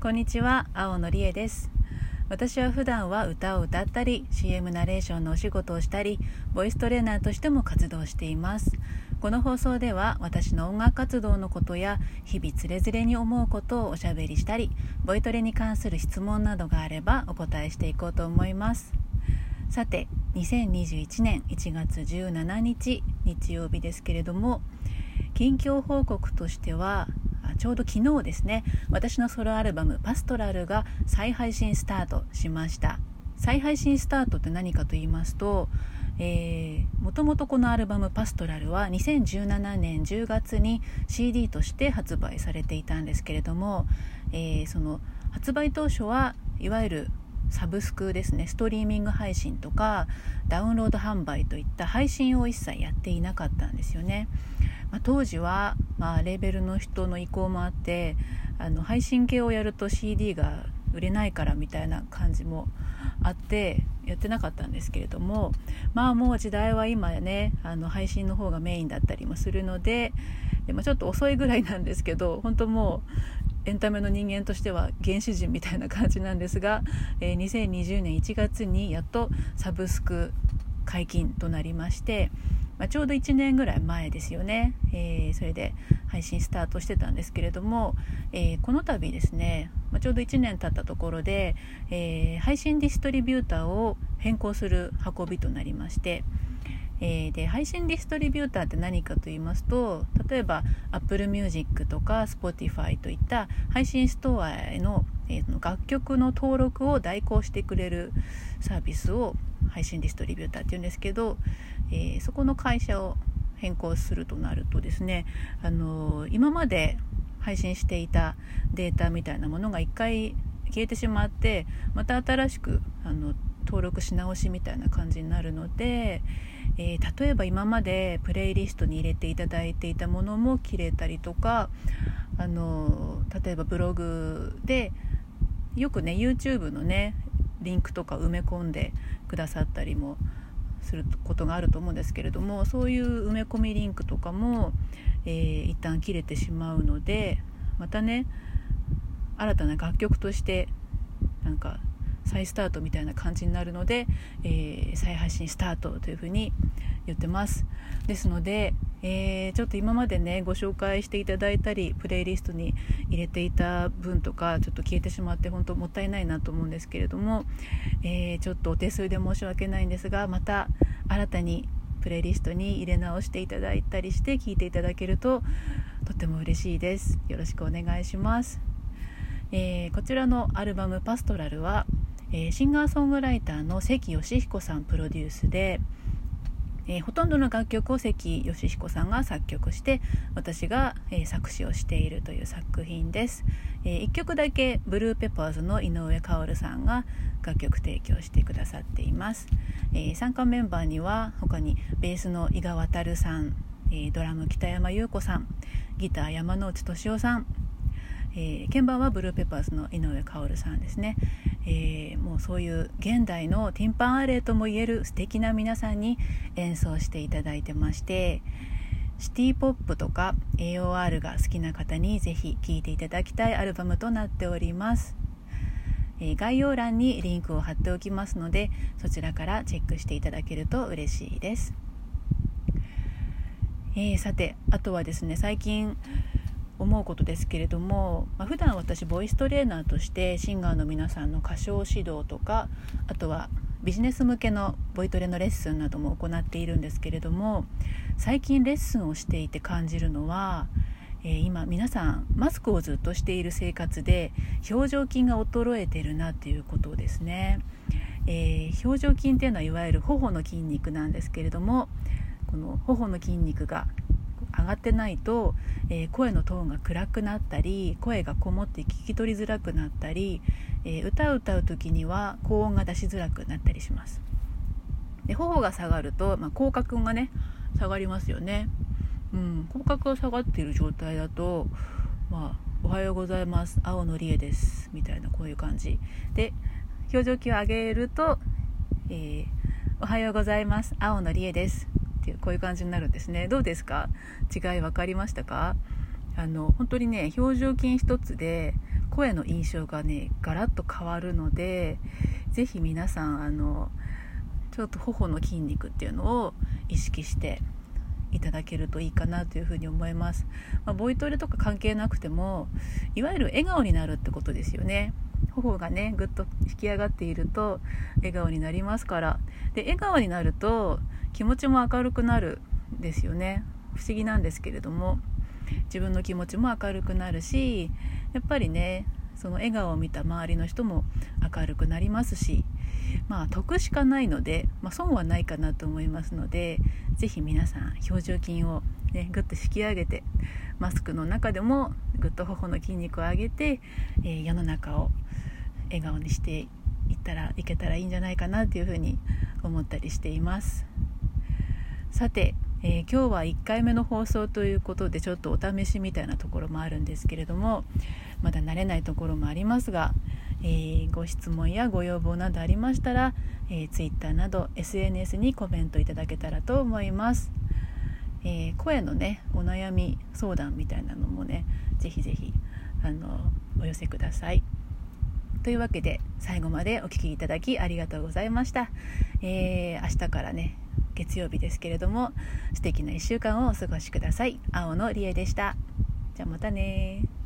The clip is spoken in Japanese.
こんにちは、青野理恵です。私は普段は歌を歌ったり CM ナレーションのお仕事をしたり、ボイストレーナーとしても活動しています。この放送では私の音楽活動のことや日々つれづれに思うことをおしゃべりしたり、ボイトレに関する質問などがあればお答えしていこうと思います。さて、2021年1月17日日曜日ですけれども、近況報告としてはちょうど昨日ですね、私のソロアルバムパストラルが再配信スタートしました。再配信スタートって何かと言いますと、もともとこのアルバムパストラルは2017年10月に CD として発売されていたんですけれども、その発売当初はいわゆるサブスクですね、ストリーミング配信とかダウンロード販売といった配信を一切やっていなかったんですよね。当時は、レーベルの人の意向もあって配信系をやると CD が売れないからみたいな感じもあってやってなかったんですけれども、もう時代は今ね配信の方がメインだったりもするので、ちょっと遅いぐらいなんですけど、本当もうエンタメの人間としては原始人みたいな感じなんですが、2020年1月にやっとサブスク解禁となりまして、ちょうど1年ぐらい前ですよね、それで配信スタートしてたんですけれども、この度ですね、ちょうど1年経ったところで、配信ディストリビューターを変更する運びとなりまして、で配信ディストリビューターって何かと言いますと、例えば Apple Music とか Spotify といった配信ストアへの、楽曲の登録を代行してくれるサービスを配信ディストリビューターっていうんですけど、そこの会社を変更するとなるとですね、今まで配信していたデータみたいなものが一回消えてしまって、また新しく登録し直しみたいな感じになるので、例えば今までプレイリストに入れていただいていたものも切れたりとか、例えばブログでよくね YouTube のねリンクとか埋め込んでくださったりもすることがあると思うんですけれども、そういう埋め込みリンクとかも、一旦切れてしまうので、またね新たな楽曲として再スタートみたいな感じになるので、再配信スタートというふうに言ってます。ですので、ちょっと今までねご紹介していただいたりプレイリストに入れていた分とかちょっと消えてしまって本当もったいないなと思うんですけれども、ちょっとお手数で申し訳ないんですが、また新たにプレイリストに入れ直していただいたりして聞いていただけるととても嬉しいです。よろしくお願いします。こちらのアルバムパストラルはシンガーソングライターの関義彦さんプロデュースで、ほとんどの楽曲を関義彦さんが作曲して私が、作詞をしているという作品です。1曲だけブルーペパーズの井上薫さんが楽曲提供してくださっています。参加メンバーには他にベースの伊賀渉さん、ドラム北山優子さん、ギター山之内俊夫さん、鍵盤はブルーペパーズの井上薫さんですね。もうそういう現代のティンパンアレイともいえる素敵な皆さんに演奏していただいてまして、シティポップとか AOR が好きな方にぜひ聴いていただきたいアルバムとなっております。概要欄にリンクを貼っておきますので、そちらからチェックしていただけると嬉しいです。さて、あとはですね、最近思うことですけれども、普段私ボイストレーナーとしてシンガーの皆さんの歌唱指導とか、あとはビジネス向けのボイトレのレッスンなども行っているんですけれども、最近レッスンをしていて感じるのは、今皆さんマスクをずっとしている生活で表情筋が衰えているなっていうことですね。表情筋っていうのはいわゆる頬の筋肉なんですけれども、この頬の筋肉が上がってないと、声のトーンが暗くなったり、声がこもって聞き取りづらくなったり、歌う時には高音が出しづらくなったりします。で、頬が下がると、口角がね下がりますよね。口角が下がっている状態だと、おはようございます、青野理恵ですみたいな、こういう感じで表情筋を上げると、おはようございます、青野理恵ですっていう、こういう感じになるんですね。どうですか？違い分かりましたか？本当にね、表情筋一つで声の印象がねガラッと変わるので、ぜひ皆さんちょっと頬の筋肉っていうのを意識していただけるといいかなというふうに思います。ボイトレとか関係なくても、いわゆる笑顔になるってことですよね。頬がねぐっと引き上がっていると笑顔になりますから。で、笑顔になると気持ちも明るくなるんですよね。不思議なんですけれども、自分の気持ちも明るくなるし、やっぱりねその笑顔を見た周りの人も明るくなりますし、得しかないので、損はないかなと思いますので、ぜひ皆さん表情筋をねぐっと引き上げて、マスクの中でもぐっと頬の筋肉を上げて、世の中を笑顔にしていけたらいいんじゃないかなというふうに思ったりしています。さて、今日は1回目の放送ということで、ちょっとお試しみたいなところもあるんですけれども、まだ慣れないところもありますが、ご質問やご要望などありましたら、Twitter など SNS にコメントいただけたらと思います。声のねお悩み相談みたいなのもね、ぜひぜひお寄せください。というわけで、最後までお聞きいただきありがとうございました。明日からね月曜日ですけれども、素敵な1週間をお過ごしください。青野理恵でした。じゃあまたね。